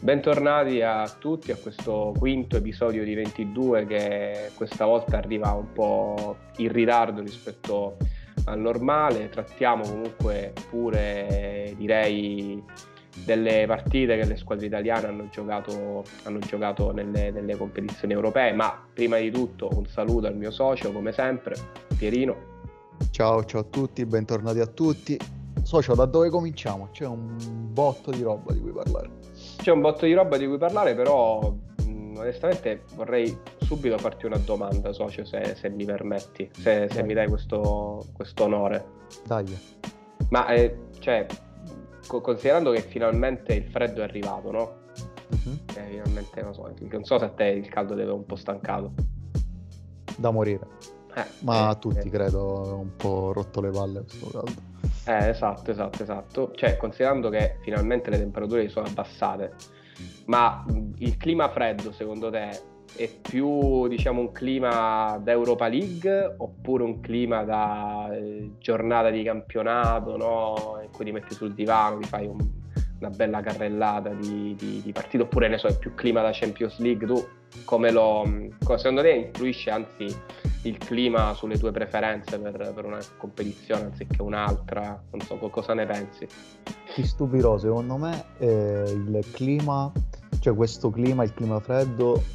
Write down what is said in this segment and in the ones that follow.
Bentornati a tutti a questo quinto episodio di 22 che questa volta arriva un po' in ritardo rispetto al normale. Trattiamo comunque pure, direi, delle partite che le squadre italiane hanno giocato nelle competizioni europee, ma prima di tutto un saluto al mio socio, come sempre, Pierino. Ciao a tutti, bentornati a tutti. Socio, da dove cominciamo? C'è un botto di roba di cui parlare. C'è un botto di roba di cui parlare, però onestamente vorrei subito farti una domanda, socio, se mi permetti, se mi dai questo onore. Dai. Ma considerando che finalmente il freddo è arrivato, no? Finalmente, non so se a te il caldo ti aveva un po' stancato. Da morire. Ma a tutti credo è un po' rotto le palle questo caldo. Esatto. Cioè, considerando che finalmente le temperature sono abbassate, ma il clima freddo, secondo te, è più, diciamo, un clima da Europa League oppure un clima da giornata di campionato, no? In cui ti metti sul divano, ti fai una bella carrellata di partite, oppure ne so, è più clima da Champions League? Tu secondo te influisce anzi il clima sulle tue preferenze per una competizione anziché un'altra? Non so, cosa ne pensi? Ti stupirò, secondo me il clima, cioè questo clima, il clima freddo,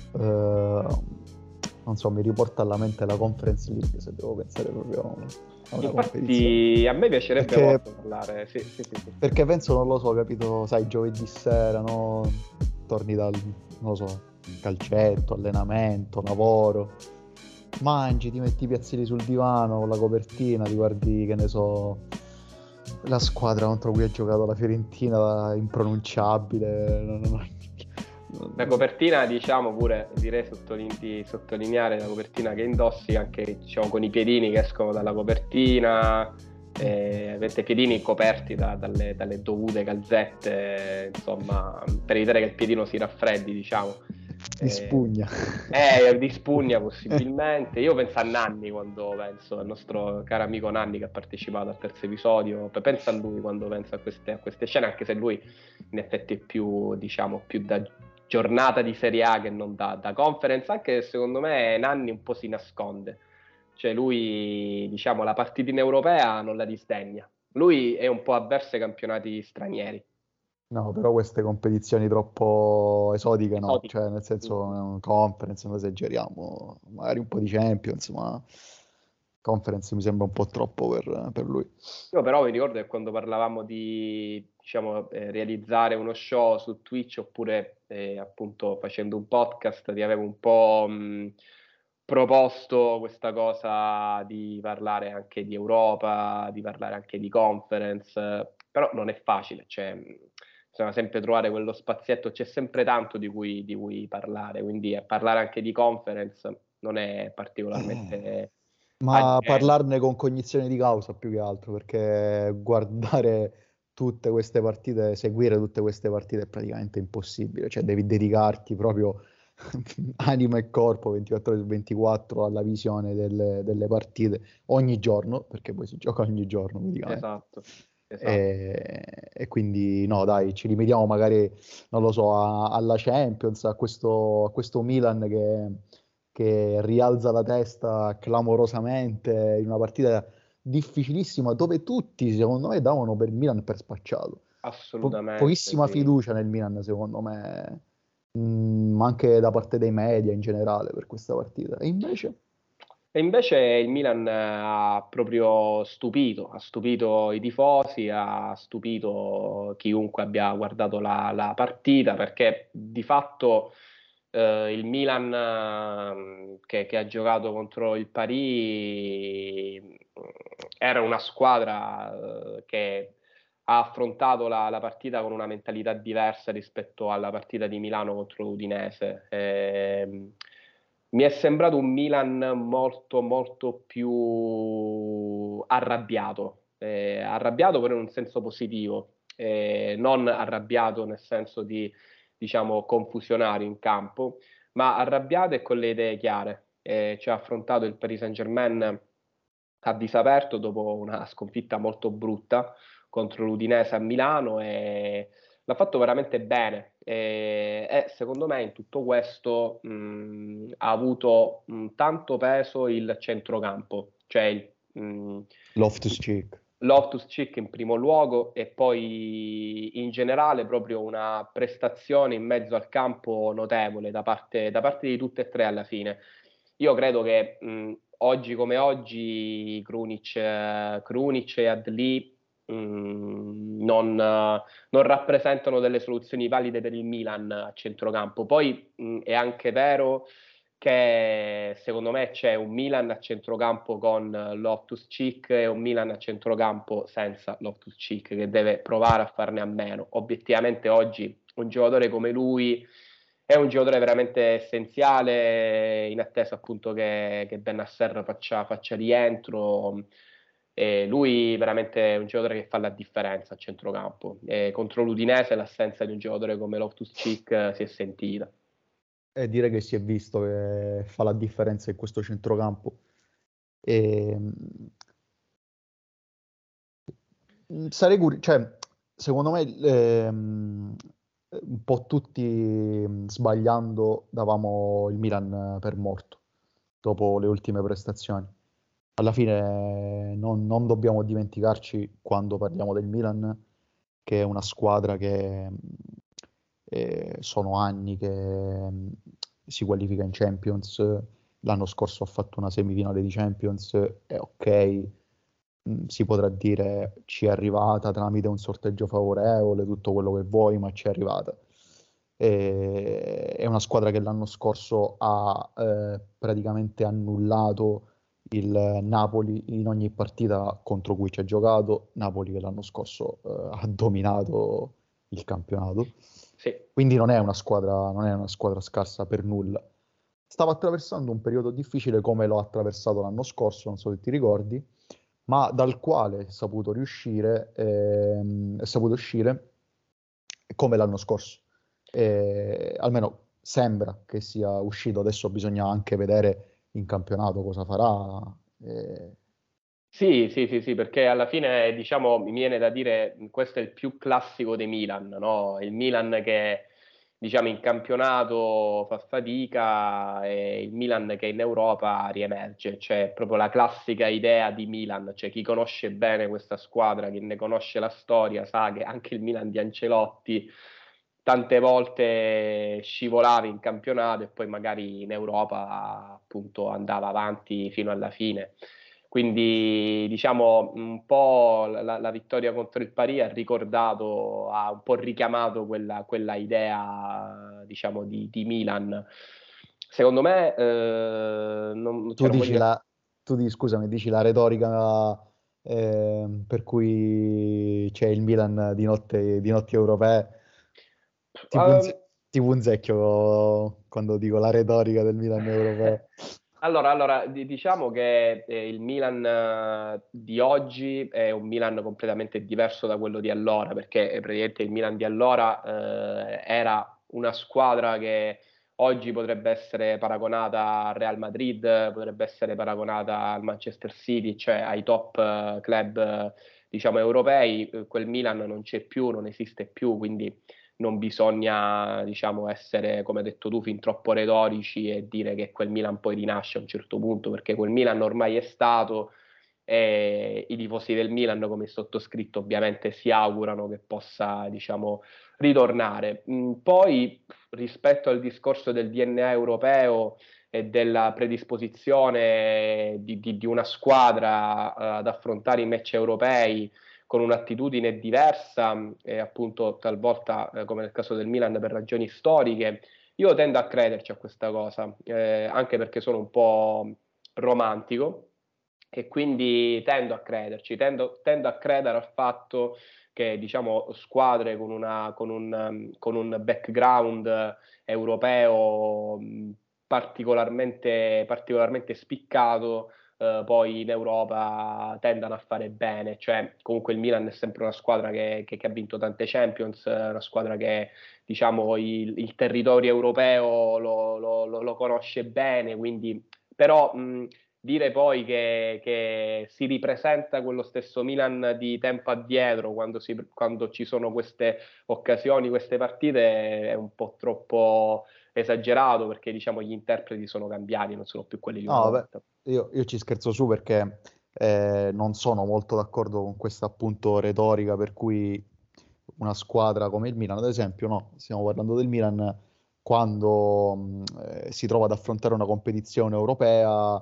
non so, mi riporta alla mente la Conference League, se devo pensare proprio a una competizione. Infatti a me piacerebbe molto parlare, sì. Perché penso, non lo so, capito, sai, giovedì sera, no? Torni dal, non lo so, calcetto, allenamento, lavoro, mangi, ti metti i piazzini sul divano con la copertina, ti guardi, che ne so, la squadra contro cui ha giocato la Fiorentina, impronunciabile. La copertina, diciamo, pure direi di sottolineare la copertina che indossi, anche, diciamo, con i piedini che escono dalla copertina, avete piedini coperti dalle dovute calzette, insomma, per evitare che il piedino si raffreddi, diciamo. Di spugna. Di spugna possibilmente. Io penso a Nanni quando penso al nostro caro amico Nanni che ha partecipato al terzo episodio. Penso a lui quando penso a queste scene, anche se lui in effetti è più, diciamo, più da giornata di Serie A che non da conference, anche se secondo me Nanni un po' si nasconde. Cioè lui, diciamo, la partitina europea non la disdegna. Lui è un po' avverso ai campionati stranieri. No, però queste competizioni troppo esotiche no, Esotiche. cioè nel senso conference, non esageriamo, magari un po' di Champions, ma conference mi sembra un po' troppo per lui. Io però mi ricordo che quando parlavamo di, diciamo, realizzare uno show su Twitch oppure appunto facendo un podcast, ti avevo un po' proposto questa cosa di parlare anche di Europa, di parlare anche di conference, però non è facile, cioè bisogna sempre trovare quello spazietto, c'è sempre tanto di cui parlare, quindi parlare anche di conference non è particolarmente Ma agevole. parlarne con cognizione di causa più che altro, perché guardare tutte queste partite, seguire tutte queste partite è praticamente impossibile, cioè devi dedicarti proprio anima e corpo 24 ore su 24 alla visione delle partite ogni giorno, perché poi si gioca ogni giorno praticamente. Esatto. E quindi no, dai, ci rimediamo magari, non lo so, alla Champions, a questo Milan che rialza la testa clamorosamente in una partita difficilissima dove tutti, secondo me, davano per il Milan per spacciato. Assolutamente Pochissima sì. fiducia nel Milan, secondo me, anche da parte dei media in generale per questa partita. E invece? E invece il Milan ha proprio ha stupito i tifosi, ha stupito chiunque abbia guardato la partita, perché di fatto il Milan che ha giocato contro il Paris era una squadra che ha affrontato la partita con una mentalità diversa rispetto alla partita di Milano contro l'Udinese. Mi è sembrato un Milan molto più arrabbiato però in un senso positivo, non arrabbiato nel senso di, diciamo, confusionario in campo, ma arrabbiato e con le idee chiare. Cioè ha affrontato il Paris Saint-Germain a viso aperto dopo una sconfitta molto brutta contro l'Udinese a Milano e l'ha fatto veramente bene e secondo me in tutto questo ha avuto tanto peso il centrocampo, cioè Loftus-Cheek. Loftus-Cheek in primo luogo e poi in generale proprio una prestazione in mezzo al campo notevole da parte di tutte e tre alla fine. Io credo che oggi come oggi Krunic e Adli non rappresentano delle soluzioni valide per il Milan a centrocampo. Poi è anche vero che secondo me c'è un Milan a centrocampo con Loftus-Cheek e un Milan a centrocampo senza Loftus-Cheek che deve provare a farne a meno. Obiettivamente oggi un giocatore come lui è un giocatore veramente essenziale in attesa appunto che Bennacer faccia rientro. E lui veramente è un giocatore che fa la differenza a centrocampo. E contro l'Udinese l'assenza di un giocatore come Loftus-Cheek si è sentita. E dire che si è visto che fa la differenza in questo centrocampo. E, cioè, secondo me, un po' tutti sbagliando davamo il Milan per morto dopo le ultime prestazioni. Alla fine non dobbiamo dimenticarci quando parliamo del Milan che è una squadra che sono anni che si qualifica in Champions. L'anno scorso ha fatto una semifinale di Champions, è ok, si potrà dire ci è arrivata tramite un sorteggio favorevole, tutto quello che vuoi, ma ci è arrivata. È una squadra che l'anno scorso ha praticamente annullato il Napoli in ogni partita contro cui ci ha giocato, Napoli che l'anno scorso ha dominato il campionato. Sì. Quindi non è una squadra scarsa per nulla. Stava attraversando un periodo difficile come l'ho attraversato l'anno scorso, non so se ti ricordi, ma dal quale è saputo uscire come l'anno scorso. Almeno sembra che sia uscito, adesso bisogna anche vedere in campionato cosa farà. eh, Sì, sì, sì, sì, perché alla fine, diciamo, mi viene da dire, questo è il più classico dei Milan, no? Il Milan che, diciamo, in campionato fa fatica e il Milan che in Europa riemerge, cioè proprio la classica idea di Milan, cioè chi conosce bene questa squadra, chi ne conosce la storia, sa che anche il Milan di Ancelotti tante volte scivolava in campionato e poi magari in Europa appunto andava avanti fino alla fine. Quindi diciamo un po' la vittoria contro il Paris ha ricordato, ha un po' richiamato quella idea diciamo di Milan. Secondo me tu cioè, non dici voglio... la, scusami, dici la retorica per cui c'è il Milan di notti europee. Tipo un, Ehm, se- tipo un secchio quando dico la retorica del Milan europeo. Allora, diciamo che il Milan di oggi è un Milan completamente diverso da quello di allora, perché praticamente il Milan di allora era una squadra che oggi potrebbe essere paragonata al Real Madrid, potrebbe essere paragonata al Manchester City, cioè ai top club diciamo europei. Quel Milan non c'è più, non esiste più, quindi non bisogna, diciamo, essere, come hai detto tu, fin troppo retorici e dire che quel Milan poi rinasce a un certo punto, perché quel Milan ormai è stato e i tifosi del Milan, come il sottoscritto, ovviamente si augurano che possa, diciamo, ritornare. Poi, rispetto al discorso del DNA europeo e della predisposizione di una squadra ad affrontare i match europei, con un'attitudine diversa e appunto talvolta, come nel caso del Milan, per ragioni storiche. Io tendo a crederci a questa cosa, anche perché sono un po' romantico e quindi tendo a crederci, tendo a credere al fatto che diciamo squadre con un background europeo particolarmente spiccato poi in Europa tendano a fare bene, cioè comunque il Milan è sempre una squadra che ha vinto tante Champions, una squadra che diciamo il territorio europeo lo conosce bene, quindi però dire poi che si ripresenta quello stesso Milan di tempo addietro quando ci sono queste occasioni, queste partite, è un po' troppo esagerato, perché diciamo gli interpreti sono cambiati, non sono più quelli di una No, vabbè, volta. io ci scherzo su perché non sono molto d'accordo con questa appunto retorica per cui una squadra come il Milan, ad esempio, no, stiamo parlando del Milan, quando si trova ad affrontare una competizione europea,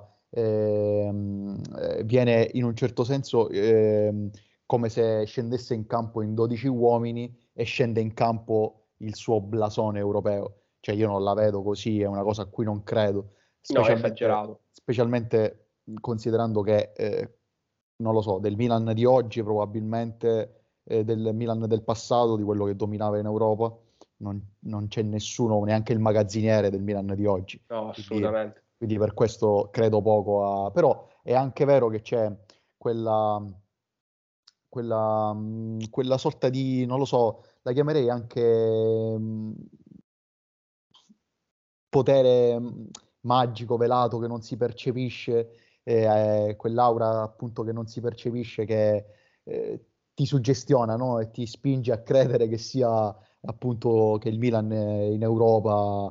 viene in un certo senso come se scendesse in campo in 12 uomini e scende in campo il suo blasone europeo. Cioè io non la vedo così, è una cosa a cui non credo, No, è specialmente, esagerato. specialmente considerando che, non lo so, del Milan di oggi probabilmente del Milan del passato, di quello che dominava in Europa, non c'è nessuno, neanche il magazziniere del Milan di oggi. No, Quindi, assolutamente. quindi per questo credo poco a... Però è anche vero che c'è quella, quella sorta di, non lo so, la chiamerei anche potere magico, velato, che non si percepisce, quell'aura appunto che non si percepisce, che ti suggestiona, no? E ti spinge a credere che sia appunto che il Milan in Europa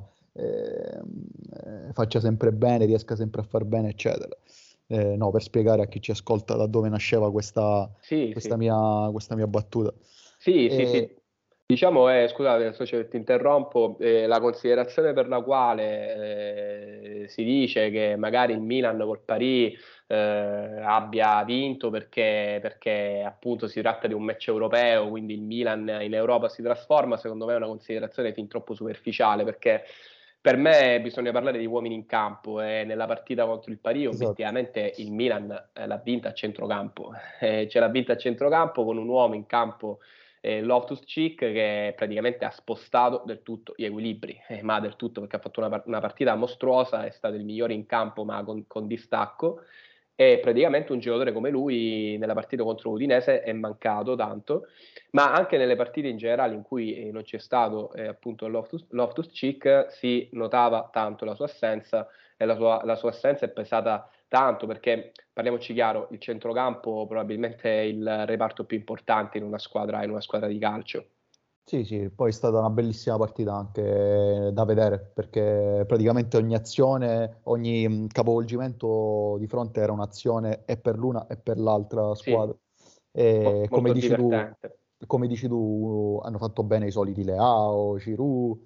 faccia sempre bene, riesca sempre a far bene, eccetera. No, per spiegare a chi ci ascolta da dove nasceva Sì, sì. questa mia battuta. Sì, sì, sì. E, Diciamo, scusate, se ti interrompo, la considerazione per la quale si dice che magari il Milan col Paris abbia vinto perché appunto si tratta di un match europeo, quindi il Milan in Europa si trasforma, secondo me è una considerazione fin troppo superficiale, perché per me bisogna parlare di uomini in campo, e nella partita contro il Paris esatto. obiettivamente il Milan l'ha vinta a centrocampo, ce l'ha vinta a centrocampo con un uomo in campo, Loftus-Cheek, che praticamente ha spostato del tutto gli equilibri, ma del tutto, perché ha fatto una partita mostruosa, è stato il migliore in campo ma con distacco, e praticamente un giocatore come lui nella partita contro l'Udinese è mancato tanto, ma anche nelle partite in generale in cui non c'è stato appunto Loftus-Cheek si notava tanto la sua assenza, e la sua assenza è pesata tanto, perché parliamoci chiaro, il centrocampo probabilmente è il reparto più importante in una squadra di calcio. Sì, sì, poi è stata una bellissima partita anche da vedere perché praticamente ogni azione, ogni capovolgimento di fronte era un'azione e per l'una e per l'altra Sì, squadra. E molto divertente. come dici tu, hanno fatto bene i soliti Leao, Giroud,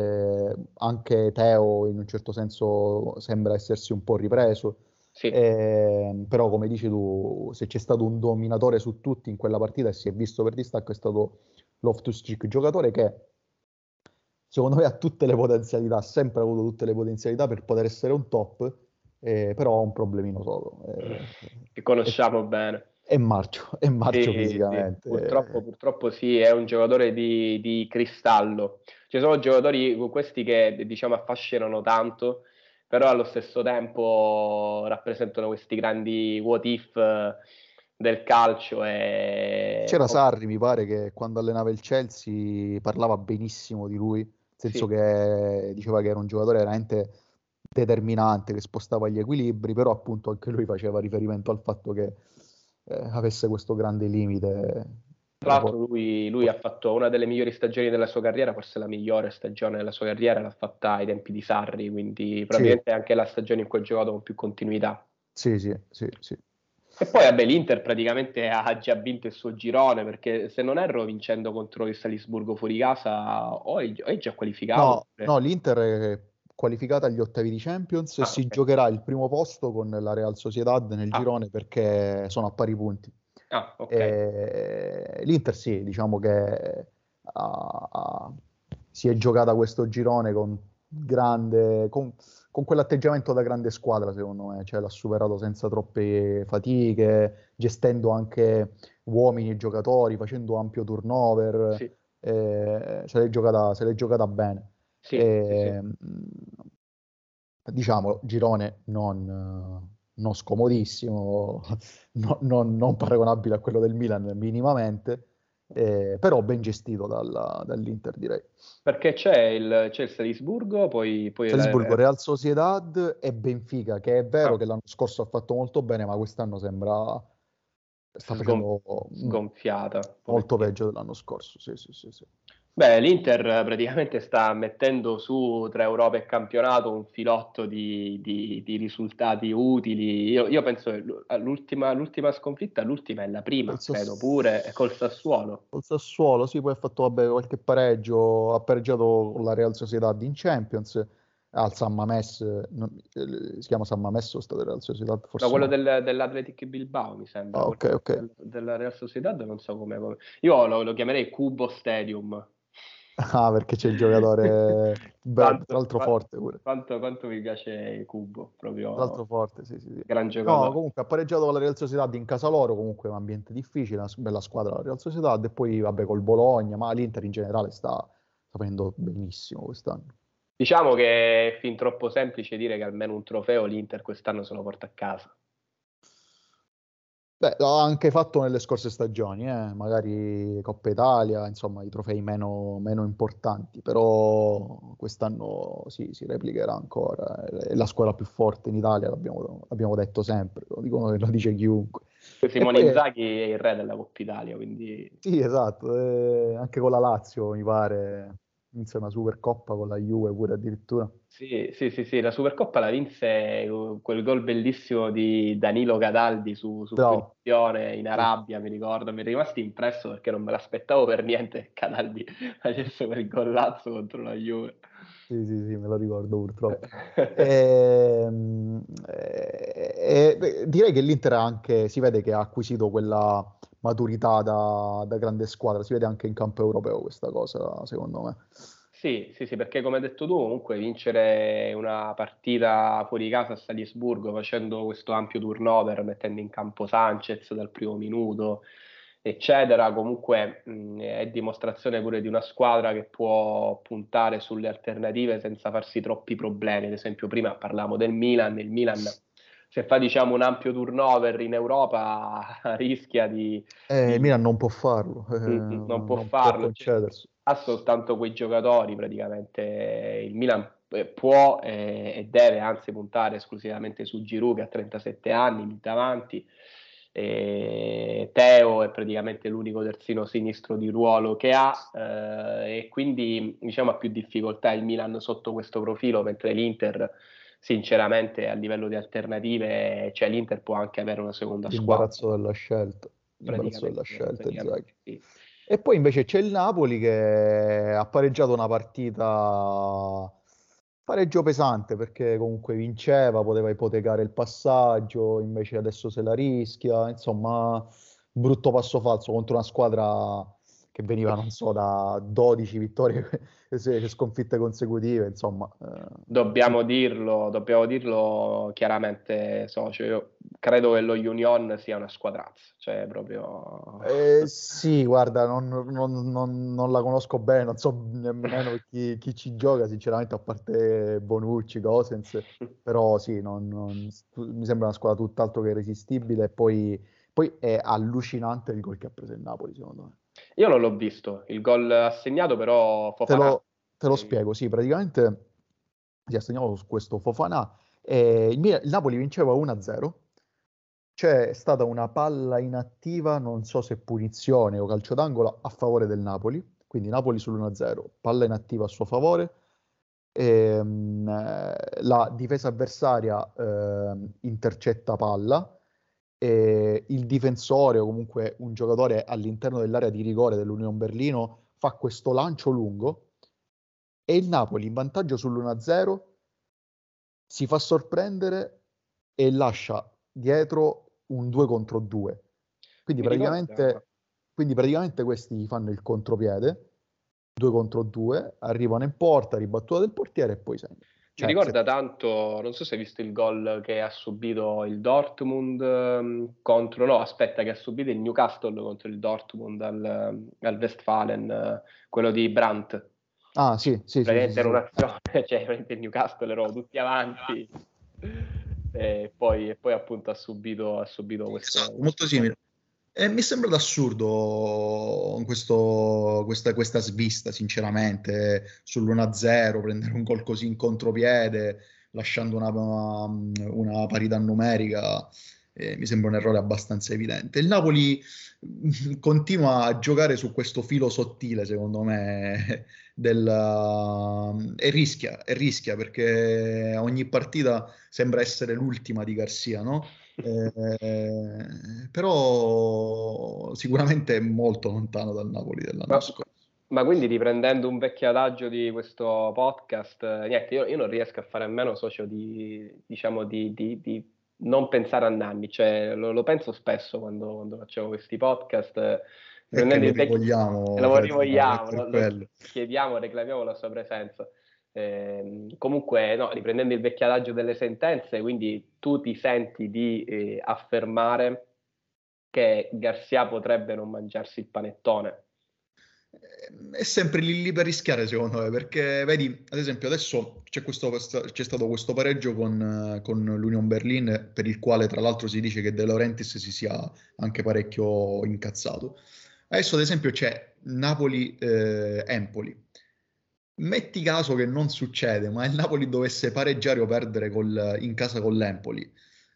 anche Teo in un certo senso sembra essersi un po' ripreso. Sì. Però come dici tu, se c'è stato un dominatore su tutti in quella partita e si è visto per distacco è stato Loftus-Cheek, giocatore che secondo me ha tutte le potenzialità, ha sempre avuto tutte le potenzialità per poter essere un top, però ha un problemino solo. Che È, conosciamo bene. è marcio Sì, sì, purtroppo, fisicamente. purtroppo sì, è un giocatore di cristallo. Ci sono giocatori con questi che diciamo affascinano tanto, però allo stesso tempo rappresentano questi grandi what if del calcio e C'era Sarri, mi pare, che quando allenava il Chelsea parlava benissimo di lui, nel senso sì. che diceva che era un giocatore veramente determinante, che spostava gli equilibri, però appunto anche lui faceva riferimento al fatto che avesse questo grande limite. Tra Era l'altro lui ha fatto una delle migliori stagioni della sua carriera, forse la migliore stagione della sua carriera l'ha fatta ai tempi di Sarri, quindi Sì, probabilmente è anche la stagione in cui ha giocato con più continuità. sì, sì, sì, sì. E poi, vabbè, l'Inter praticamente ha già vinto il suo girone, perché se non erro, vincendo contro il Salisburgo fuori casa, o è già qualificato. No, no, l'Inter è qualificata agli ottavi di Champions e Ah, si ok. giocherà il primo posto con la Real Sociedad nel Ah, girone perché sono a pari punti. ok. L'Inter sì, diciamo che ha- si è giocata questo girone con quell'atteggiamento da grande squadra, secondo me, cioè l'ha superato senza troppe fatiche, gestendo anche uomini e giocatori, facendo ampio turnover, Sì, se l'è giocata bene. sì, sì, sì. E, diciamo, girone non scomodissimo, non paragonabile a quello del Milan minimamente, però ben gestito dall'Inter, direi. Perché c'è il Salisburgo, poi Salisburgo, Real Sociedad e Benfica, che è vero ah, che l'anno scorso ha fatto molto bene, ma quest'anno sta facendo sgonfiata un molto pochettino. peggio dell'anno scorso. Sì, sì, sì, sì. Beh, l'Inter praticamente sta mettendo su tra Europa e campionato un filotto di risultati utili. Io penso che l'ultima sconfitta, l'ultima è la prima, Col credo pure, è col Sassuolo. Sassuolo, sì, poi ha fatto vabbè, qualche pareggio, ha pareggiato con la Real Sociedad in Champions, al San Mamés, si chiama San Mamés o stato Real Sociedad? No, Forse quello no. dell'Athletic Bilbao, mi sembra. Ah, Quello ok, ok. della Real Sociedad non so come. Io lo chiamerei Cubo Stadium. Ah, perché c'è il giocatore, tra Quanto, l'altro forte pure. quanto mi piace il Cubo, Tra l'altro proprio forte, sì, sì, sì. gran No, giocatore. comunque ha pareggiato con la Real Sociedad in casa loro, comunque è un ambiente difficile, una bella squadra la Real Sociedad, e poi vabbè col Bologna, ma l'Inter in generale sta facendo benissimo quest'anno. Diciamo che è fin troppo semplice dire che almeno un trofeo l'Inter quest'anno se lo porta a casa. Beh, l'ha anche fatto nelle scorse stagioni, magari Coppa Italia, insomma, i trofei meno importanti, però quest'anno si replicherà ancora. È la squadra più forte in Italia, l'abbiamo detto sempre, lo dice chiunque. E Simone poi, Inzaghi è il re della Coppa Italia, quindi sì, esatto, anche con la Lazio, mi pare, vinse una Supercoppa con la Juve pure addirittura. sì, sì, sì, sì, la Supercoppa la vinse quel gol bellissimo di Danilo Cataldi su Bravo. punizione in Sì, Arabia, mi ricordo, mi è rimasto impresso perché non me l'aspettavo per niente che Cataldi facesse quel gollazzo contro la Juve. sì, sì, sì, me lo ricordo purtroppo. Beh, direi che l'Inter anche si vede che ha acquisito quella maturità da grande squadra, si vede anche in campo europeo questa cosa, secondo me. Sì, sì, sì, perché come hai detto tu, comunque vincere una partita fuori casa a Salisburgo facendo questo ampio turnover, mettendo in campo Sanchez dal primo minuto, eccetera, comunque è dimostrazione pure di una squadra che può puntare sulle alternative senza farsi troppi problemi. Ad esempio, prima parlavamo del Milan, il Milan se fa diciamo un ampio turnover in Europa rischia Il di- Milan non può farlo, non può non può farlo. concedersi. Ha soltanto quei giocatori praticamente. Il Milan può e deve anzi puntare esclusivamente su Giroud che ha 37 anni lì davanti. Teo è praticamente l'unico terzino sinistro di ruolo che ha e quindi diciamo ha più difficoltà il Milan sotto questo profilo, mentre l'Inter sinceramente a livello di alternative, cioè l'Inter può anche avere una seconda squadra, L'imbarazzo della scelta, l'imbarazzo della praticamente, scelta, Inzaghi. praticamente sì. E poi invece c'è il Napoli che ha pareggiato una partita, pareggio pesante perché comunque vinceva, poteva ipotecare il passaggio, invece adesso se la rischia, insomma, brutto passo falso contro una squadra che veniva, non so, da 12 vittorie sconfitte consecutive, insomma. Dobbiamo dirlo chiaramente, socio. Io credo che lo Union sia una squadrazza, cioè proprio. Sì, guarda, non la conosco bene, non so nemmeno chi ci gioca, sinceramente, a parte Bonucci, Gosens, però sì, mi sembra una squadra tutt'altro che irresistibile. E poi è allucinante il gol che ha preso il Napoli, secondo me. Io non l'ho visto, il gol assegnato però Te Fofana. lo, te lo spiego, sì, praticamente si assegnava su questo Fofana e il Napoli vinceva 1-0. C'è stata una palla inattiva, non so se punizione o calcio d'angolo a favore del Napoli, quindi Napoli sull'1-0, palla inattiva a suo favore. La difesa avversaria intercetta palla, e il difensore o comunque un giocatore all'interno dell'area di rigore dell'Union Berlino fa questo lancio lungo e il Napoli in vantaggio sull'1-0 si fa sorprendere e lascia dietro un 2 contro 2. Quindi Mi ricorda, praticamente, quindi praticamente questi fanno il contropiede, 2 contro 2, arrivano in porta, ribattuta del portiere e poi segnano. mi Cioè, ricorda tanto, non so se hai visto il gol che ha subito il Dortmund contro, no, aspetta, che ha subito il Newcastle contro il Dortmund al Westfalen, quello di Brandt. Ah, sì, sì, sì, sì, Praticamente sì, era sì. un'azione, cioè veramente il Newcastle erano tutti avanti e poi appunto ha subito Sì, esatto, questo molto simile. E mi sembra assurdo questa svista, sinceramente, sull'1-0, prendere un gol così in contropiede, lasciando una parità numerica, mi sembra un errore abbastanza evidente. Il Napoli continua a giocare su questo filo sottile, secondo me, e rischia perché ogni partita sembra essere l'ultima di Garcia, no? Però sicuramente è molto lontano dal Napoli dell'anno Ma, scorso. ma quindi riprendendo un vecchio adagio di questo podcast, niente, io non riesco a fare a meno, socio, diciamo, di non pensare a Nanni, cioè lo penso spesso quando facciamo questi podcast, È che riprendendo lo il vecchio, e rivogliamo, lo Federico, è rivogliamo, per no? quello. Chiediamo, reclamiamo la sua presenza. Comunque, no, riprendendo il vecchio adagio delle sentenze, quindi tu ti senti di affermare che Garcia potrebbe non mangiarsi il panettone. È sempre lì per rischiare, secondo me, perché vedi, ad esempio, adesso c'è stato questo pareggio con l'Union Berlin, per il quale tra l'altro si dice che De Laurentiis si sia anche parecchio incazzato. Adesso, ad esempio, c'è Napoli-Empoli. Metti caso che non succede, ma il Napoli dovesse pareggiare o perdere in casa con l'Empoli.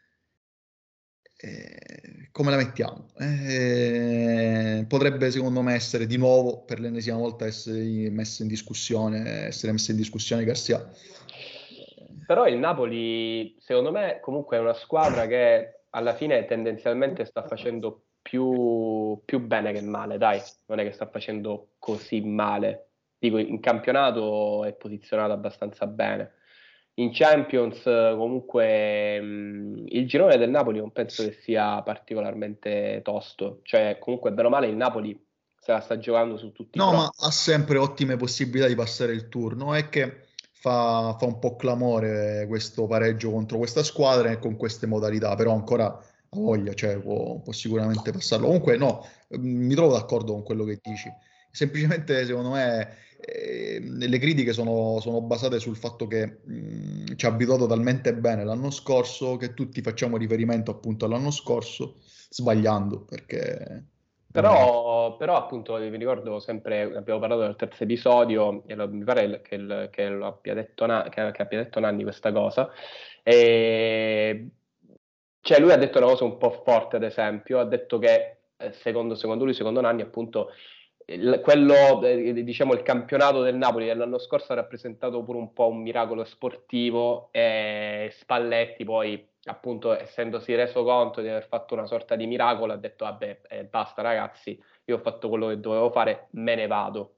Come la mettiamo? Potrebbe secondo me essere di nuovo per l'ennesima volta essere messa in discussione Garcia. Però il Napoli, secondo me, comunque è una squadra che alla fine tendenzialmente sta facendo più bene che male, dai, non è che sta facendo così male. Dico, in campionato è posizionato abbastanza bene. In Champions, comunque, il girone del Napoli non penso che sia particolarmente tosto. Cioè, comunque, bene o male, il Napoli se la sta giocando su tutti i No, ma fronti. ha sempre ottime possibilità di passare il turno. È che fa un po' clamore questo pareggio contro questa squadra e con queste modalità, però ancora ha voglia, cioè può sicuramente passarlo. Comunque, no, mi trovo d'accordo con quello che dici. Semplicemente, secondo me, le critiche sono basate sul fatto che ci ha abituato talmente bene l'anno scorso che tutti facciamo riferimento appunto all'anno scorso, sbagliando, perché non... Però appunto vi ricordo sempre, abbiamo parlato del terzo episodio e mi pare che lo abbia detto, che abbia detto Nanni questa cosa. E, cioè lui ha detto una cosa un po' forte, ad esempio, ha detto che secondo lui, secondo Nanni, appunto, diciamo, il campionato del Napoli dell'anno scorso ha rappresentato pure un po' un miracolo sportivo e Spalletti poi, appunto, essendosi reso conto di aver fatto una sorta di miracolo, ha detto, vabbè, basta ragazzi, io ho fatto quello che dovevo fare, me ne vado.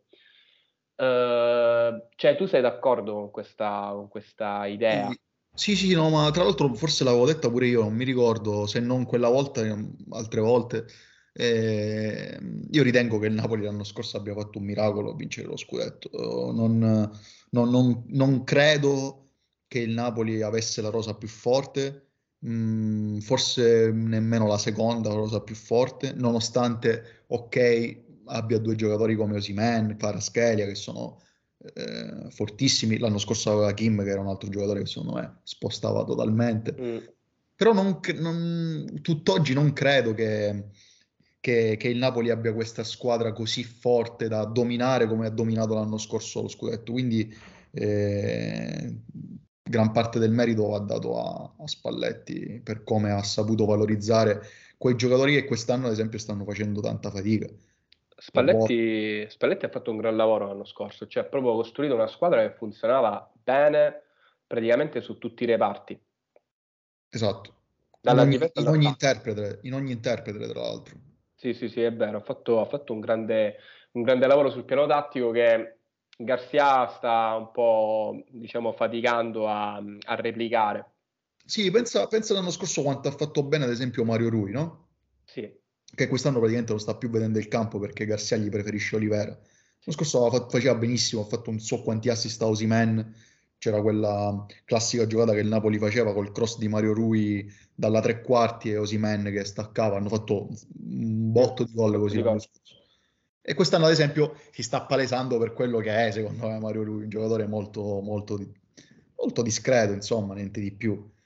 Cioè, tu sei d'accordo con questa idea? Sì, sì, sì, no, ma tra l'altro forse l'avevo detta pure io, non mi ricordo se non quella volta, altre volte. Eh, io ritengo che il Napoli l'anno scorso abbia fatto un miracolo a vincere lo scudetto. Non credo che il Napoli avesse la rosa più forte, forse nemmeno la seconda rosa più forte, nonostante, ok, abbia due giocatori come Osimhen, Kvaratskhelia, che sono fortissimi. L'anno scorso aveva Kim, che era un altro giocatore che secondo me spostava totalmente. Mm. Però tutt'oggi non credo che il Napoli abbia questa squadra così forte da dominare come ha dominato l'anno scorso lo scudetto. Quindi gran parte del merito va dato a Spalletti per come ha saputo valorizzare quei giocatori che quest'anno, ad esempio, stanno facendo tanta fatica. Cabot, Spalletti ha fatto un gran lavoro l'anno scorso, cioè ha proprio costruito una squadra che funzionava bene praticamente su tutti i reparti, esatto, dalla difesa all'attacco. in ogni interprete, tra l'altro. Sì, sì, sì, è vero, ha fatto un grande lavoro sul piano tattico che Garcia sta un po', diciamo, faticando a replicare. Sì, pensa l'anno scorso quanto ha fatto bene, ad esempio, Mario Rui, no? Sì, Che quest'anno praticamente non sta più vedendo il campo perché Garcia gli preferisce Olivera. L'anno sì. scorso faceva benissimo, ha fatto non so quanti assist a Osimhen, c'era quella classica giocata che il Napoli faceva col cross di Mario Rui dalla tre quarti e Osimhen che staccava, hanno fatto un Mm, botto di gol così l'anno ricordo. scorso. E quest'anno, ad esempio, si sta palesando per quello che è, secondo me, Mario Rui, un giocatore molto, molto, molto discreto, insomma, niente di più.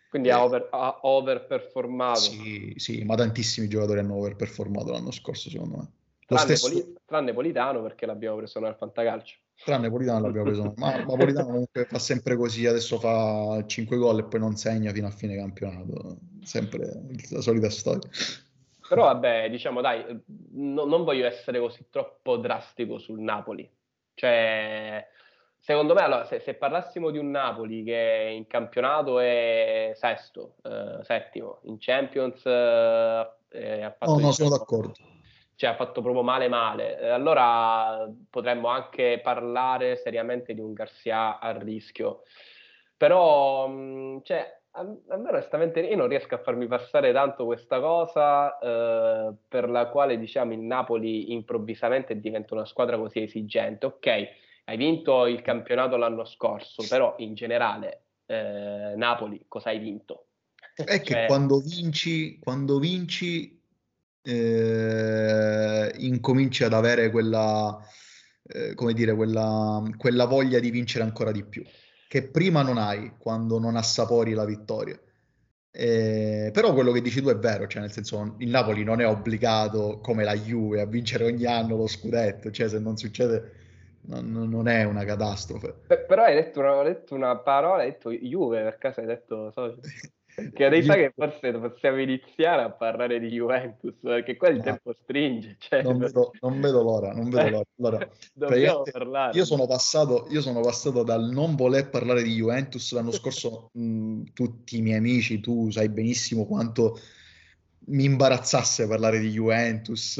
Quindi ha overperformato. Sì, sì, ma tantissimi giocatori hanno overperformato l'anno scorso, secondo me. Lo Tranne, stesso, tranne Politano, perché l'abbiamo preso nel fantacalcio. tranne Politano l'abbiamo preso, ma Politano comunque fa sempre così, adesso fa 5 gol e poi non segna fino a fine campionato, sempre la solita storia. Però vabbè, diciamo dai, non voglio essere così troppo drastico sul Napoli. Cioè, secondo me, allora, se parlassimo di un Napoli che in campionato è sesto, settimo, in Champions ha No, fatto, no, sono diciamo, d'accordo. cioè, ha fatto proprio male male, allora potremmo anche parlare seriamente di un Garcia a rischio. Però, cioè, a me onestamente io non riesco a farmi passare tanto questa cosa per la quale diciamo il Napoli improvvisamente diventa una squadra così esigente. Ok, hai vinto il campionato l'anno scorso, però in generale Napoli cosa hai vinto? È che Cioè, quando vinci incominci ad avere quella, come dire, quella voglia di vincere ancora di più, che prima non hai quando non assapori la vittoria. Però quello che dici tu è vero, cioè nel senso il Napoli non è obbligato come la Juve a vincere ogni anno lo scudetto, cioè se non succede non è una catastrofe. Però hai detto una parola, hai detto Juve, per caso hai detto socio? Perché dai sa Io che forse possiamo iniziare a parlare di Juventus, perché qua il no, tempo stringe, cioè, non vedo l'ora, non vedo l'ora. Allora, dobbiamo praticamente io parlarne. sono passato, io sono passato dal non voler parlare di Juventus l'anno scorso, tutti i miei amici, tu sai benissimo quanto mi imbarazzasse parlare di Juventus,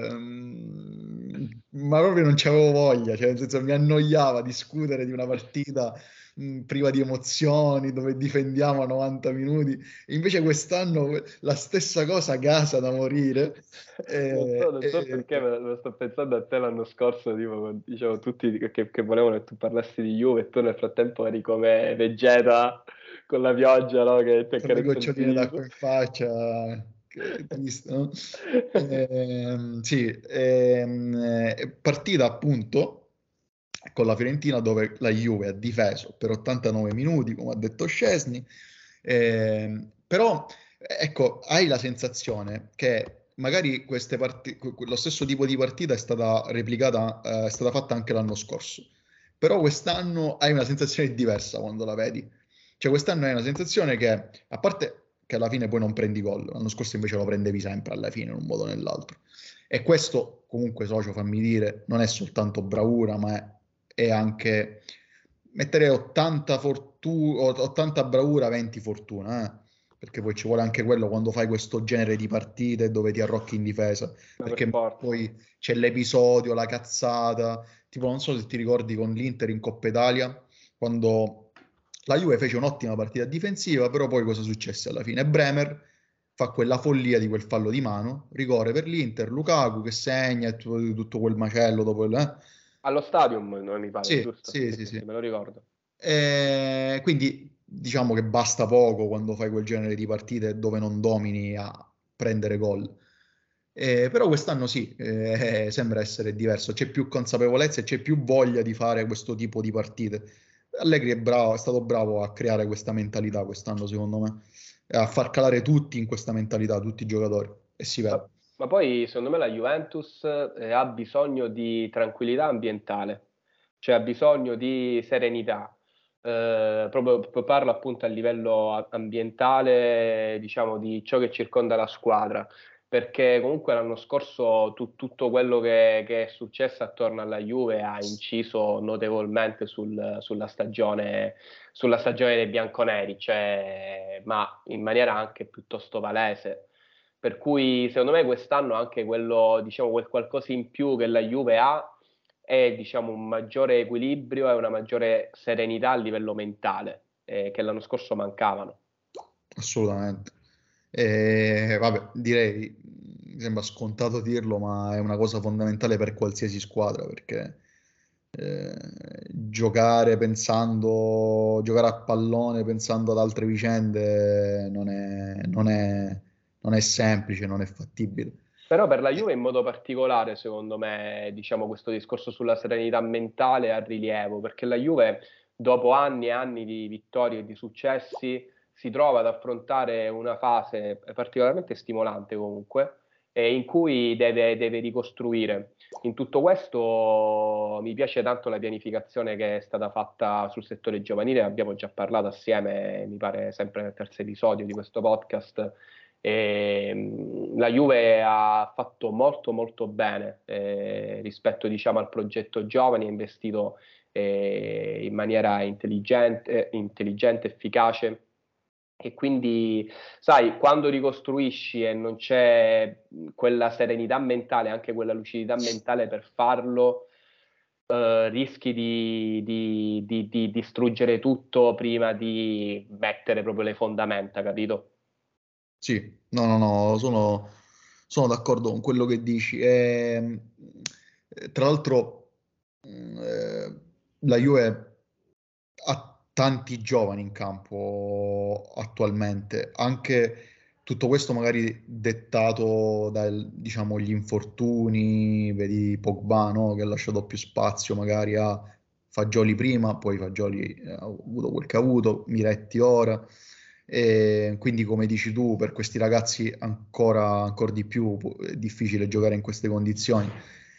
ma proprio non c'avevo voglia, cioè nel senso mi annoiava discutere di una partita priva di emozioni, dove difendiamo a 90 minuti. Invece quest'anno la stessa cosa gasa da morire. Non so perché, me lo sto pensando a te l'anno scorso, tipo, quando dicevo tutti che volevano che tu parlassi di Juve e tu nel frattempo eri come Vegeta con la pioggia, no? Che ti Con le accarezza il goccioline d'acqua viso. in faccia, che triste, no? Sì, partita appunto con la Fiorentina dove la Juve ha difeso per 89 minuti, come ha detto Szczesny, però ecco, hai la sensazione che magari lo stesso tipo di partita è stata replicata, è stata fatta anche l'anno scorso, però quest'anno hai una sensazione diversa quando la vedi. Cioè quest'anno hai una sensazione che, a parte che alla fine poi non prendi gol, l'anno scorso invece lo prendevi sempre alla fine in un modo o nell'altro. E questo comunque, socio, fammi dire, non è soltanto bravura, ma è anche mettere 80 bravura, 20 fortuna, perché poi ci vuole anche quello quando fai questo genere di partite dove ti arrocchi in difesa, Ma per perché forza. poi c'è l'episodio, la cazzata, tipo non so se ti ricordi con l'Inter in Coppa Italia, quando la Juve fece un'ottima partita difensiva, però poi cosa successe alla fine? Bremer fa quella follia di quel fallo di mano, rigore per l'Inter, Lukaku che segna e tutto quel macello dopo Allo stadium, non mi pare, Sì, giusto? sì, Sì, sì, sì, sì, sì. me lo ricordo. Quindi diciamo che basta poco quando fai quel genere di partite dove non domini a prendere gol. Però quest'anno sì, sembra essere diverso, c'è più consapevolezza e c'è più voglia di fare questo tipo di partite. Allegri è bravo, è stato bravo a creare questa mentalità quest'anno, secondo me, e a far calare tutti in questa mentalità, tutti i giocatori, e si vede. Ma poi secondo me la Juventus ha bisogno di tranquillità ambientale, cioè ha bisogno di serenità. Proprio parlo appunto a livello ambientale, diciamo, di ciò che circonda la squadra, perché comunque l'anno scorso tutto quello che è successo attorno alla Juve ha inciso notevolmente sulla stagione dei bianconeri, cioè, ma in maniera anche piuttosto palese. Per cui secondo me quest'anno anche quello, diciamo, quel qualcosa in più che la Juve ha è, diciamo, un maggiore equilibrio e una maggiore serenità a livello mentale, che l'anno scorso mancavano. Assolutamente. Vabbè, direi, mi sembra scontato dirlo, ma è una cosa fondamentale per qualsiasi squadra, perché eh, giocare a pallone pensando ad altre vicende non è semplice, non è fattibile. Però per la Juve in modo particolare, secondo me, diciamo, questo discorso sulla serenità mentale ha rilievo, perché la Juve, dopo anni e anni di vittorie e di successi, si trova ad affrontare una fase particolarmente stimolante comunque, in cui deve ricostruire. In tutto questo mi piace tanto la pianificazione che è stata fatta sul settore giovanile, abbiamo già parlato assieme, mi pare sempre nel terzo episodio di questo podcast. La Juve ha fatto molto molto bene rispetto, diciamo, al progetto giovani, ha investito in maniera intelligente, efficace, e quindi, sai, quando ricostruisci e non c'è quella serenità mentale, anche quella lucidità mentale per farlo, rischi di distruggere tutto prima di mettere proprio le fondamenta, capito? Sì, no, sono d'accordo con quello che dici. Tra l'altro, la Juve ha tanti giovani in campo attualmente, anche tutto questo magari dettato dai, diciamo, gli infortuni, vedi Pogba, no? Che ha lasciato più spazio magari a Fagioli prima, poi Fagioli ha avuto quel che ha avuto, Miretti ora. E quindi, come dici tu, per questi ragazzi ancora di più è difficile giocare in queste condizioni.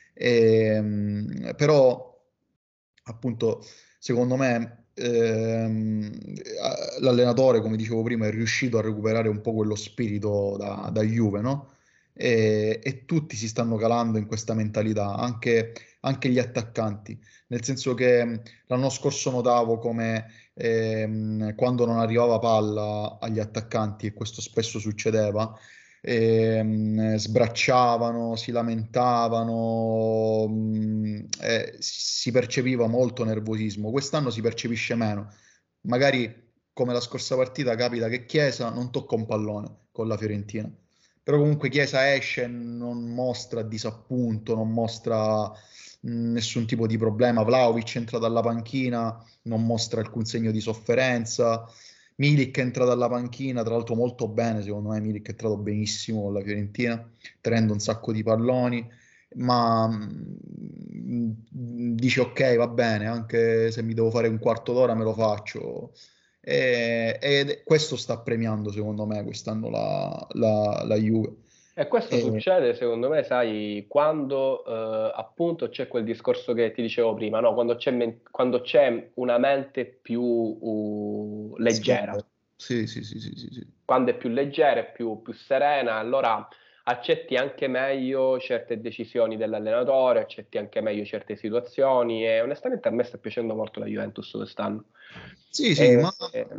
Però, appunto, secondo me, l'allenatore, come dicevo prima, è riuscito a recuperare un po' quello spirito da Juve, no? E tutti si stanno calando in questa mentalità, anche gli attaccanti, nel senso che l'anno scorso notavo come quando non arrivava palla agli attaccanti, e questo spesso succedeva, sbracciavano, si lamentavano, si percepiva molto nervosismo. Quest'anno si percepisce meno. Magari come la scorsa partita capita che Chiesa non tocca un pallone con la Fiorentina. Però comunque Chiesa esce, non mostra disappunto, non mostra nessun tipo di problema. Vlahovic entra dalla panchina, non mostra alcun segno di sofferenza. Milik è entrato dalla panchina, tra l'altro molto bene, secondo me Milik è entrato benissimo con la Fiorentina, tenendo un sacco di palloni, ma dice ok, va bene, anche se mi devo fare un quarto d'ora me lo faccio. E questo sta premiando, secondo me, quest'anno la Juve. E questo E- succede, secondo me, sai, quando appunto c'è quel discorso che ti dicevo prima, no? Quando c'è una mente più leggera, Sgombero. Sì, sì, sì, sì, sì, sì. quando è più leggera e più serena, allora accetti anche meglio certe decisioni dell'allenatore, accetti anche meglio certe situazioni, e onestamente a me sta piacendo molto la Juventus quest'anno. Sì, sì, E, ma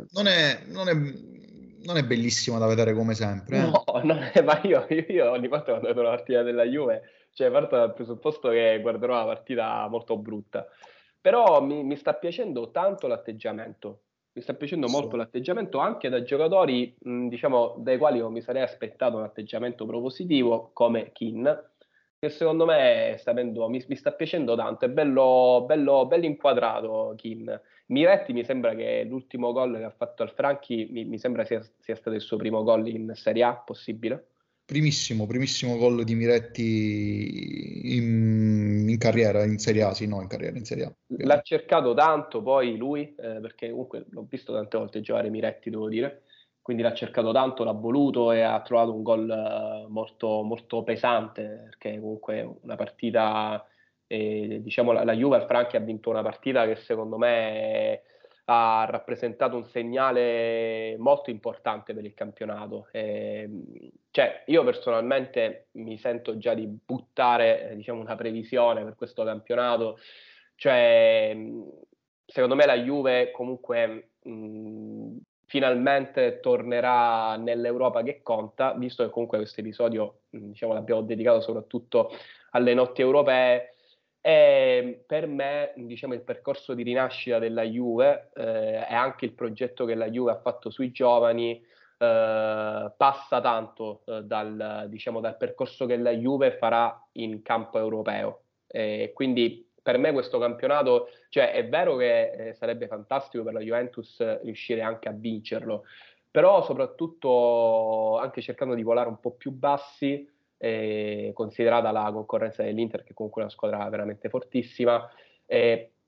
non è bellissima da vedere come sempre, eh. no, ma io ogni volta quando vedo una partita della Juve, cioè parto dal presupposto che guarderò una partita molto brutta, però mi sta piacendo tanto l'atteggiamento, mi sta piacendo molto Sì. l'atteggiamento anche da giocatori, diciamo, dai quali io mi sarei aspettato un atteggiamento propositivo, come Keane, che secondo me mi sta piacendo tanto, è bello inquadrato Keane. Miretti mi sembra che l'ultimo gol che ha fatto al Franchi mi sembra sia stato il suo primo gol in Serie A, possibile? Primissimo gol di Miretti in carriera, in Serie A, sì, no, in carriera, in Serie A, L'ha ovviamente. cercato tanto poi lui, perché comunque l'ho visto tante volte giocare Miretti, devo dire, quindi l'ha cercato tanto, l'ha voluto e ha trovato un gol molto, molto pesante, perché comunque una partita, diciamo la Juve al Franchi ha vinto una partita che secondo me ha rappresentato un segnale molto importante per il campionato. Cioè, io personalmente mi sento già di buttare, diciamo, una previsione per questo campionato. Cioè, secondo me la Juve comunque finalmente tornerà nell'Europa che conta, visto che comunque questo episodio, diciamo, l'abbiamo dedicato soprattutto alle notti europee. E per me, diciamo, il percorso di rinascita della Juve e anche il progetto che la Juve ha fatto sui giovani passa tanto diciamo, dal percorso che la Juve farà in campo europeo. Quindi per me questo campionato, cioè è vero che sarebbe fantastico per la Juventus riuscire anche a vincerlo, però soprattutto anche cercando di volare un po' più bassi, considerata la concorrenza dell'Inter, che comunque è una squadra veramente fortissima,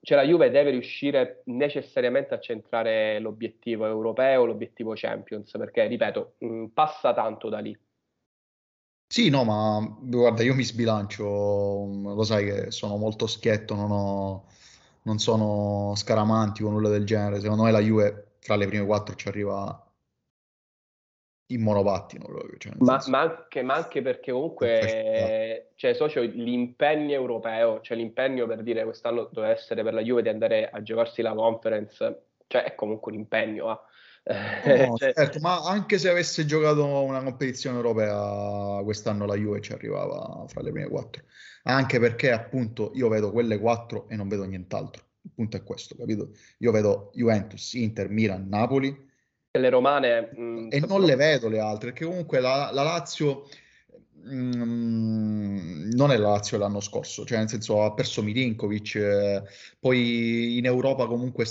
cioè la Juve deve riuscire necessariamente a centrare l'obiettivo europeo, l'obiettivo Champions, perché, ripeto, passa tanto da lì. Sì, no, ma guarda, io mi sbilancio, lo sai che sono molto schietto, non sono scaramantico o nulla del genere. Secondo me la Juve fra le prime quattro ci arriva in monopattino proprio, cioè nel senso, Ma anche perché con facilità. comunque, cioè, socio, l'impegno europeo, cioè l'impegno per dire quest'anno doveva essere per la Juve di andare a giocarsi la Conference, cioè è comunque un impegno. No, Cioè, certo, ma anche se avesse giocato una competizione europea quest'anno la Juve ci arrivava fra le prime quattro. Anche perché appunto io vedo quelle quattro e non vedo nient'altro. Il punto è questo, capito? Io vedo Juventus, Inter, Milan, Napoli le romane, e non le vedo le altre, perché comunque la Lazio non è la Lazio dell'anno scorso, cioè nel senso ha perso Milinkovic, poi in Europa comunque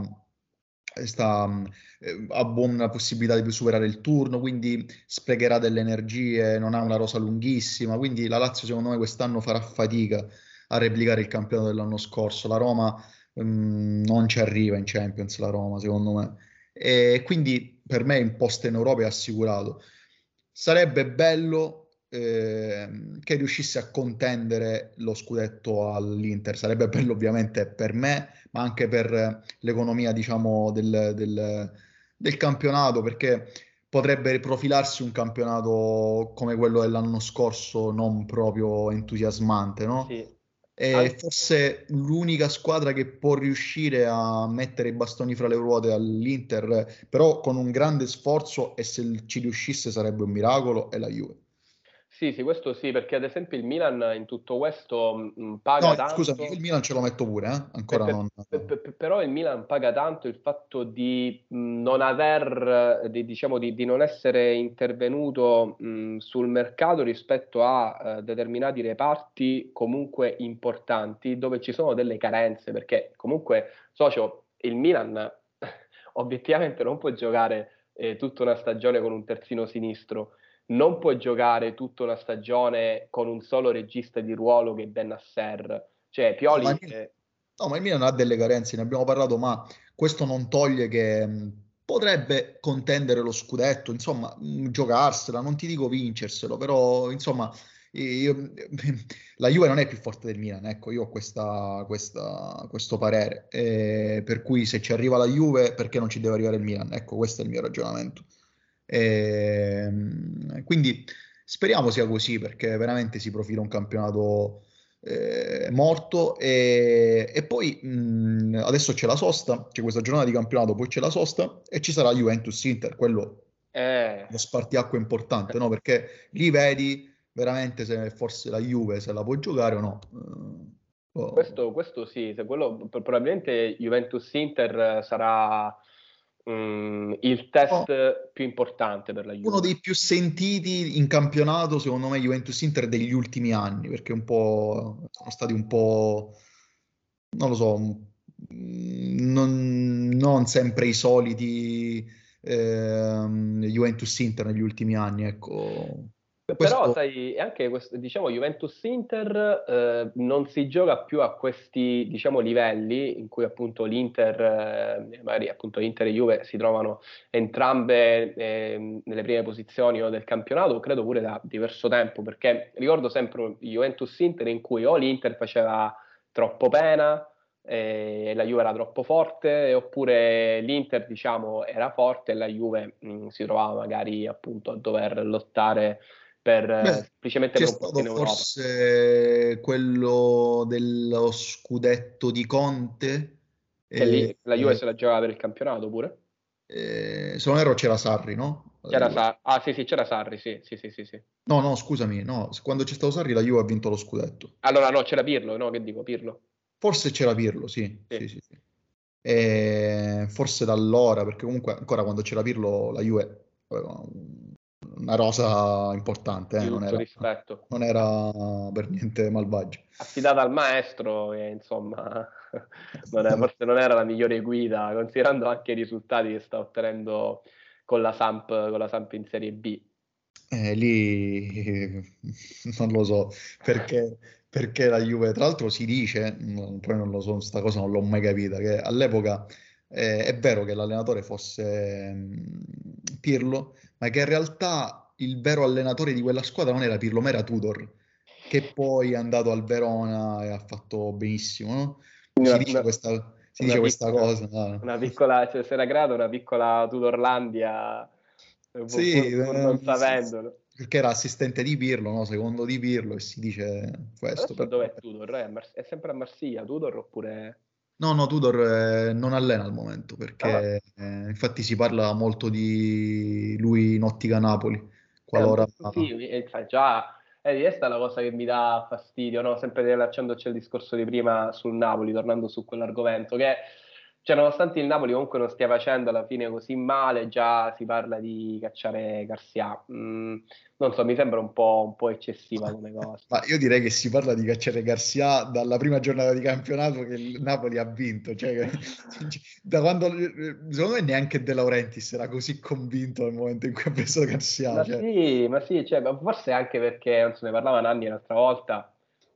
ha buona possibilità di superare il turno, quindi sprecherà delle energie, non ha una rosa lunghissima, quindi la Lazio secondo me quest'anno farà fatica a replicare il campionato dell'anno scorso, la Roma non ci arriva in Champions, la Roma secondo me. E quindi per me in posta in Europa è assicurato. Sarebbe bello che riuscisse a contendere lo scudetto all'Inter. Sarebbe bello ovviamente per me, ma anche per l'economia, diciamo, del campionato, perché potrebbe profilarsi un campionato come quello dell'anno scorso, non proprio entusiasmante, no? sì, E anche, forse l'unica squadra che può riuscire a mettere i bastoni fra le ruote all'Inter, però con un grande sforzo, e se ci riuscisse sarebbe un miracolo, è la Juve. sì, sì, questo sì, perché ad esempio il Milan in tutto questo paga No, scusami, io il tanto. Milan ce lo metto pure, ancora non... Però il Milan paga tanto il fatto di non aver, diciamo, di non essere intervenuto sul mercato rispetto a determinati reparti comunque importanti dove ci sono delle carenze, perché comunque, socio, il Milan obiettivamente non può giocare tutta una stagione con un terzino sinistro, non può giocare tutta una stagione con un solo regista di ruolo che è Bennacer. Cioè, No, ma Pioli, no, ma il Milan ha delle carenze, ne abbiamo parlato, ma questo non toglie che potrebbe contendere lo scudetto, insomma, giocarsela, non ti dico vincerselo, però insomma, la Juve non è più forte del Milan, ecco, io ho questo parere, per cui se ci arriva la Juve, perché non ci deve arrivare il Milan? Ecco, questo è il mio ragionamento. Quindi speriamo sia così, perché veramente si profila un campionato morto e poi adesso c'è la sosta, c'è questa giornata di campionato, poi c'è la sosta e ci sarà Juventus-Inter, quello eh, lo spartiacque importante, no? Perché lì vedi veramente se forse la Juve se la può giocare o no. questo sì, se quello, probabilmente Juventus-Inter sarà il No, test più importante per la uno Juve. dei più sentiti in campionato, secondo me, Juventus-Inter degli ultimi anni, perché un po' sono stati un po', non lo so, non sempre i soliti Juventus-Inter negli ultimi anni, ecco. Però, Questo sai, è anche questo, diciamo, Juventus-Inter non si gioca più a questi, diciamo, livelli in cui appunto l'Inter, magari appunto Inter e Juve si trovano entrambe nelle prime posizioni, no, del campionato, credo pure da diverso tempo, perché ricordo sempre Juventus-Inter in cui o l'Inter faceva troppo pena e la Juve era troppo forte, oppure l'Inter, diciamo, era forte e la Juve si trovava magari appunto a dover lottare per, beh, semplicemente c'è per un posto stato in Europa. forse quello dello scudetto di Conte, Che e, lì la Juve se la giocava per il campionato pure. se non erro c'era Sarri, no? La Juve. Ah, sì, sì, c'era Sarri, sì, sì, sì, sì, sì. No, no, scusami, no, quando c'è stato Sarri la Juve ha vinto lo scudetto. Allora, no, c'era Pirlo, no, che dico, Pirlo. Forse c'era Pirlo, sì, Sì, sì, sì, sì. E forse da allora, perché comunque ancora quando c'era Pirlo la Juve aveva una rosa importante, di non tutto era, rispetto. non era per niente malvagia. Affidata al maestro e insomma, forse non era la migliore guida, considerando anche i risultati che sta ottenendo con la Samp in Serie B. Lì non lo so, perché perché la Juve, tra l'altro si dice, poi non lo so, sta cosa non l'ho mai capita, che all'epoca è vero che l'allenatore fosse Pirlo, ma che in realtà il vero allenatore di quella squadra non era Pirlo, ma era Tudor, che poi è andato al Verona e ha fatto benissimo, no? Quindi Si una dice questa piccola, cosa, no? una piccola, cioè, si era creata una piccola Tudorlandia, Sì, pur non sì, sapendolo. perché era assistente di Pirlo, no? Secondo di Pirlo, e si dice questo. Adesso Però dov'è vabbè. Tudor? È sempre a Marsiglia, Tudor oppure... No, no, Tudor non allena al momento, Ah, perché infatti si parla molto di lui in ottica Napoli, qualora... sì, già, questa è la cosa che mi dà fastidio, no? Sempre riallacciandoci al discorso di prima sul Napoli, tornando su quell'argomento, che cioè, nonostante il Napoli comunque non stia facendo alla fine così male, già si parla di cacciare Garcia. Non so, mi sembra un po' eccessiva come cosa. Ma io direi che si parla di cacciare Garcia dalla prima giornata di campionato che il Napoli ha vinto, cioè da quando, secondo me neanche De Laurentiis era così convinto nel momento in cui ha preso Garcia, cioè. Ma sì, cioè, ma forse anche perché, non se ne parlava Nanni l'altra volta,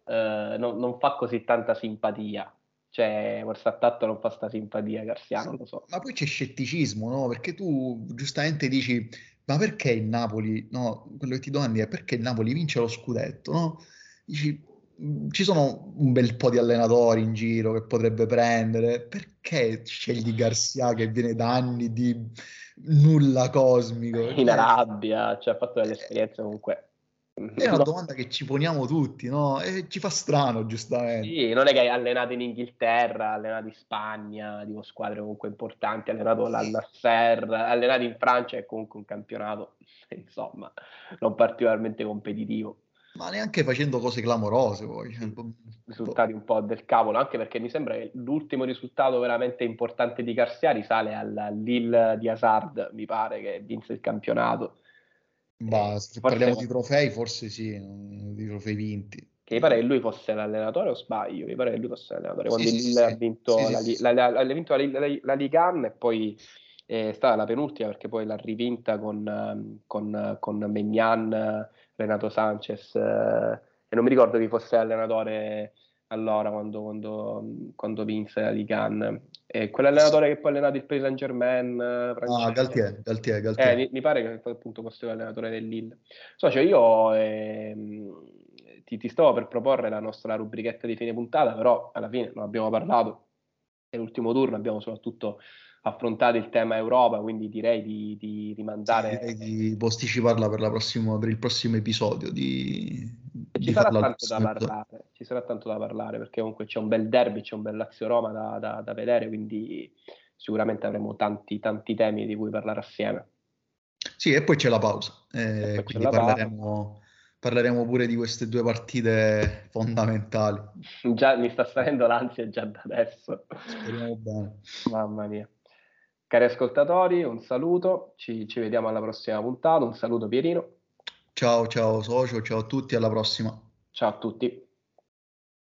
non fa così tanta simpatia. Cioè, forse a tatto non fa sta simpatia Garcia, non lo so. Ma poi c'è scetticismo, no? Perché tu giustamente dici, ma perché il Napoli, no? Quello che ti domandi è perché il Napoli vince lo scudetto, no? Dici, ci sono un bel po' di allenatori in giro che potrebbe prendere, perché scegli Garcia che viene da anni di nulla cosmico? In Cioè, Arabia, cioè, ha fatto delle eh, esperienze comunque. è una No, domanda che ci poniamo tutti, no? E ci fa strano, giustamente. sì, non è che hai allenato in Inghilterra, ha allenato in Spagna, dico squadre comunque importanti, ha allenato l'Al Sì. Nassr, ha allenato in Francia è comunque un campionato, insomma, non particolarmente competitivo. Ma neanche facendo cose clamorose, poi. Cioè, Sì, boh. risultati un po' del cavolo, anche perché mi sembra che l'ultimo risultato veramente importante di Garcia risale al Lille di Hazard, mi pare, che vinse il campionato. Ma se Forse parliamo di trofei, forse sì, di trofei vinti. che mi pare che lui fosse l'allenatore o sbaglio? Mi pare che lui fosse l'allenatore Sì, quando il sì, sì, Lille ha sì, sì, vinto sì, la, sì, Li- sì. ha vinto la Ligue 1 e poi è stata la penultima perché poi l'ha rivinta con Maignan, Renato Sanchez e non mi ricordo chi fosse l'allenatore allora quando vinse la Ligue 1. E quell'allenatore che poi ha allenato il Paris Saint-Germain Ah, francese. Galtier. Mi pare che appunto fosse l'allenatore del Lille. Socio, io ti stavo per proporre la rubrichetta di fine puntata, però alla fine non abbiamo parlato. Nell'ultimo turno abbiamo soprattutto affrontato il tema Europa, quindi direi di Sì, direi rimandare. di posticiparla per il prossimo episodio, Ci di sarà farla al tanto da prossimo episodio. parlare, ci sarà tanto da parlare perché comunque c'è un bel derby, c'è un bel Lazio-Roma da vedere, quindi sicuramente avremo tanti temi di cui parlare assieme. Sì, e poi c'è la pausa, E poi c'è quindi la pausa. parleremo pure di queste due partite fondamentali. Già mi sta salendo l'ansia già da adesso. Speriamo bene. Mamma mia. Cari ascoltatori, un saluto, ci vediamo alla prossima puntata. Un saluto Pierino. Ciao, ciao socio, ciao a tutti, alla prossima. Ciao a tutti.